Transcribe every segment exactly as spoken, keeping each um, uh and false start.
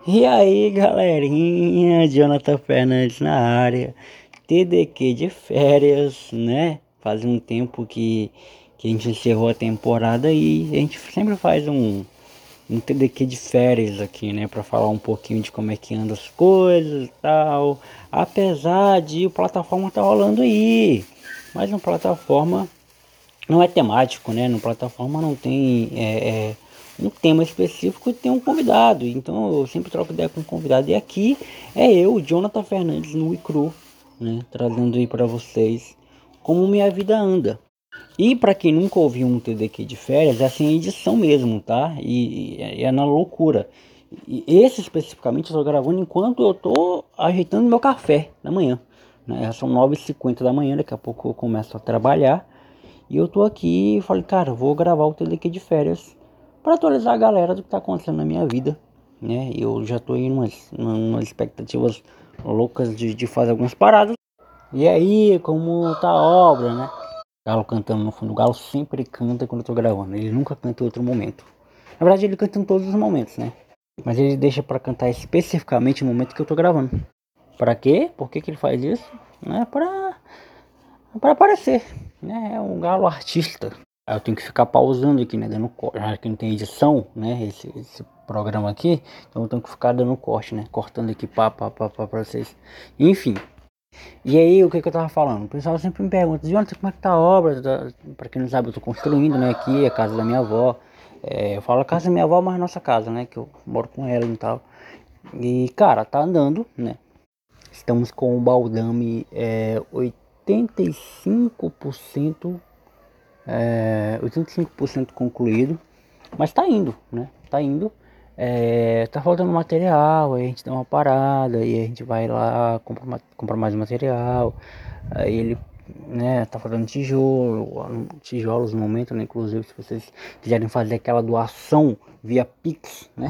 E aí, galerinha, Jonathan Fernandes na área, T D Q de férias, né? Faz um tempo que, que a gente encerrou a temporada e a gente sempre faz um, um T D Q de férias aqui, né? Pra falar um pouquinho de como é que anda as coisas e tal. Apesar de o plataforma tá rolando aí, mas no plataforma não é temático, né? No plataforma não tem é, é, um tema específico e tem um convidado. Então eu sempre troco ideia com o convidado. E aqui é eu, Jonathan Fernandes, no Icru, né? Trazendo aí para vocês como minha vida anda. E para quem nunca ouviu um T D Q de férias, é assim a edição mesmo, tá? E, e é na loucura. E esse especificamente eu tô gravando enquanto eu tô ajeitando meu café da manhã. Né? São nove e cinquenta da manhã, daqui a pouco eu começo a trabalhar. E eu tô aqui e falei, cara, eu vou gravar o T D Q de férias para atualizar a galera do que tá acontecendo na minha vida, né? Eu já tô em umas, umas expectativas loucas de, de fazer algumas paradas. E aí, como tá a obra, né? Galo cantando no fundo. O Galo sempre canta quando eu tô gravando. Ele nunca canta em outro momento. Na verdade, ele canta em todos os momentos, né? Mas ele deixa para cantar especificamente no momento que eu tô gravando. Para quê? Por que que ele faz isso? Né? Para para aparecer, né? É um galo artista. Aí eu tenho que ficar pausando aqui, né? Dando corte. Já que não tem edição, né? Esse, esse programa aqui. Então eu tenho que ficar dando corte, né? Cortando aqui pá, pá, pá, pá, pra vocês. Enfim. E aí, o que que eu tava falando? O pessoal sempre me pergunta, Jonathan, como é que tá a obra? Tá... Pra quem não sabe, eu tô construindo, né? Aqui, a casa da minha avó. É, eu falo a casa da minha avó, mas nossa casa, né? Que eu moro com ela e tal. E, cara, tá andando, né? Estamos com o baldame é, oitenta e cinco por cento é, oitenta e cinco por cento concluído, mas tá indo, né? Tá indo. É, tá faltando material, aí a gente dá uma parada, aí a gente vai lá, compra, compra mais material, aí ele, né, tá faltando tijolo, tijolos no momento, né? Inclusive, se vocês quiserem fazer aquela doação via Pix, né?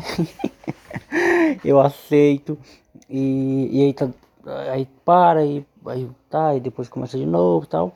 Eu aceito. E, e aí tá, aí para, e aí tá, e depois começa de novo e tal.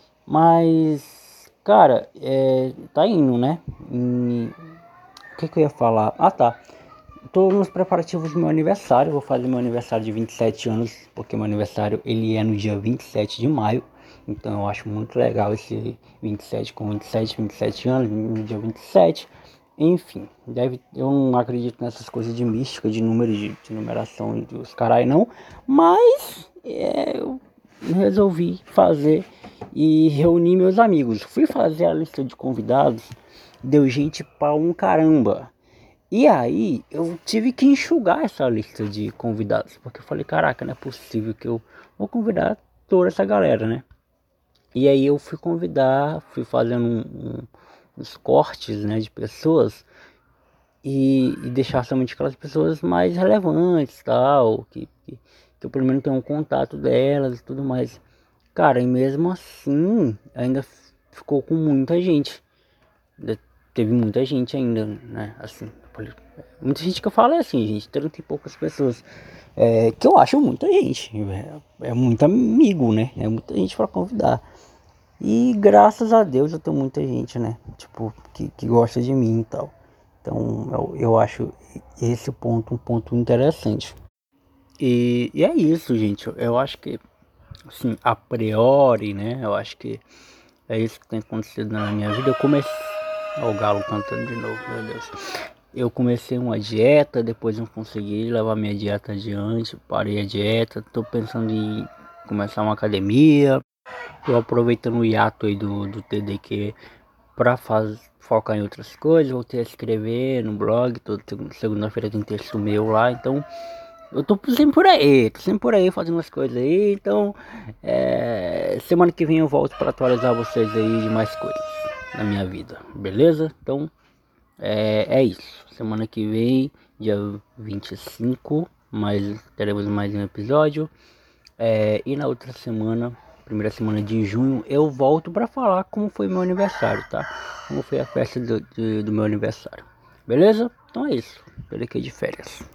Mas, cara, é, tá indo, né? E, o que que eu ia falar? Ah, tá. Tô nos preparativos do meu aniversário. Vou fazer meu aniversário de vinte e sete anos, porque meu aniversário ele é no dia vinte e sete de maio. Então eu acho muito legal esse vinte e sete com vinte e sete, vinte e sete anos, no dia vinte e sete. Enfim, deve, eu não acredito nessas coisas de mística, de número, de, de numeração e dos carai não. Mas é, eu resolvi fazer e reuni meus amigos. Fui fazer a lista de convidados, deu gente pra um caramba. E aí eu tive que enxugar essa lista de convidados, porque eu falei, caraca, não é possível que eu vou convidar toda essa galera, né? E aí eu fui convidar, fui fazendo um, um, uns cortes, né, de pessoas e, e deixar somente aquelas pessoas mais relevantes, tal, que, que, que eu pelo menos tenho um contato delas e tudo mais. Cara, e mesmo assim, ainda ficou com muita gente. Teve muita gente ainda, né? Assim, muita gente que eu falo é assim, gente, trinta e poucas pessoas. É, que eu acho muita gente. É, é muito amigo, né? É muita gente para convidar. E graças a Deus eu tenho muita gente, né? Tipo, que, que gosta de mim e tal. Então eu, eu acho esse ponto um ponto interessante. E, e é isso, gente. Eu acho que, assim, a priori, né? Eu acho que é isso que tem acontecido na minha vida. Eu comecei. Olha o galo cantando de novo, meu Deus. Eu comecei uma dieta, depois não consegui levar minha dieta adiante. Parei a dieta. Tô pensando em começar uma academia. Tô aproveitando o hiato aí do, do T D Q pra faz, focar em outras coisas. Voltei a escrever no blog. Toda segunda-feira tem texto meu lá. Então eu tô sempre por aí, tô sempre por aí fazendo umas coisas aí, então é, semana que vem eu volto para atualizar vocês aí de mais coisas na minha vida, beleza? Então é, é isso, semana que vem, dia vinte e cinco, mais, teremos mais um episódio, é, e na outra semana, primeira semana de junho, eu volto para falar como foi meu aniversário, tá? Como foi a festa do, do, do meu aniversário, beleza? Então é isso, pelo aqui de férias.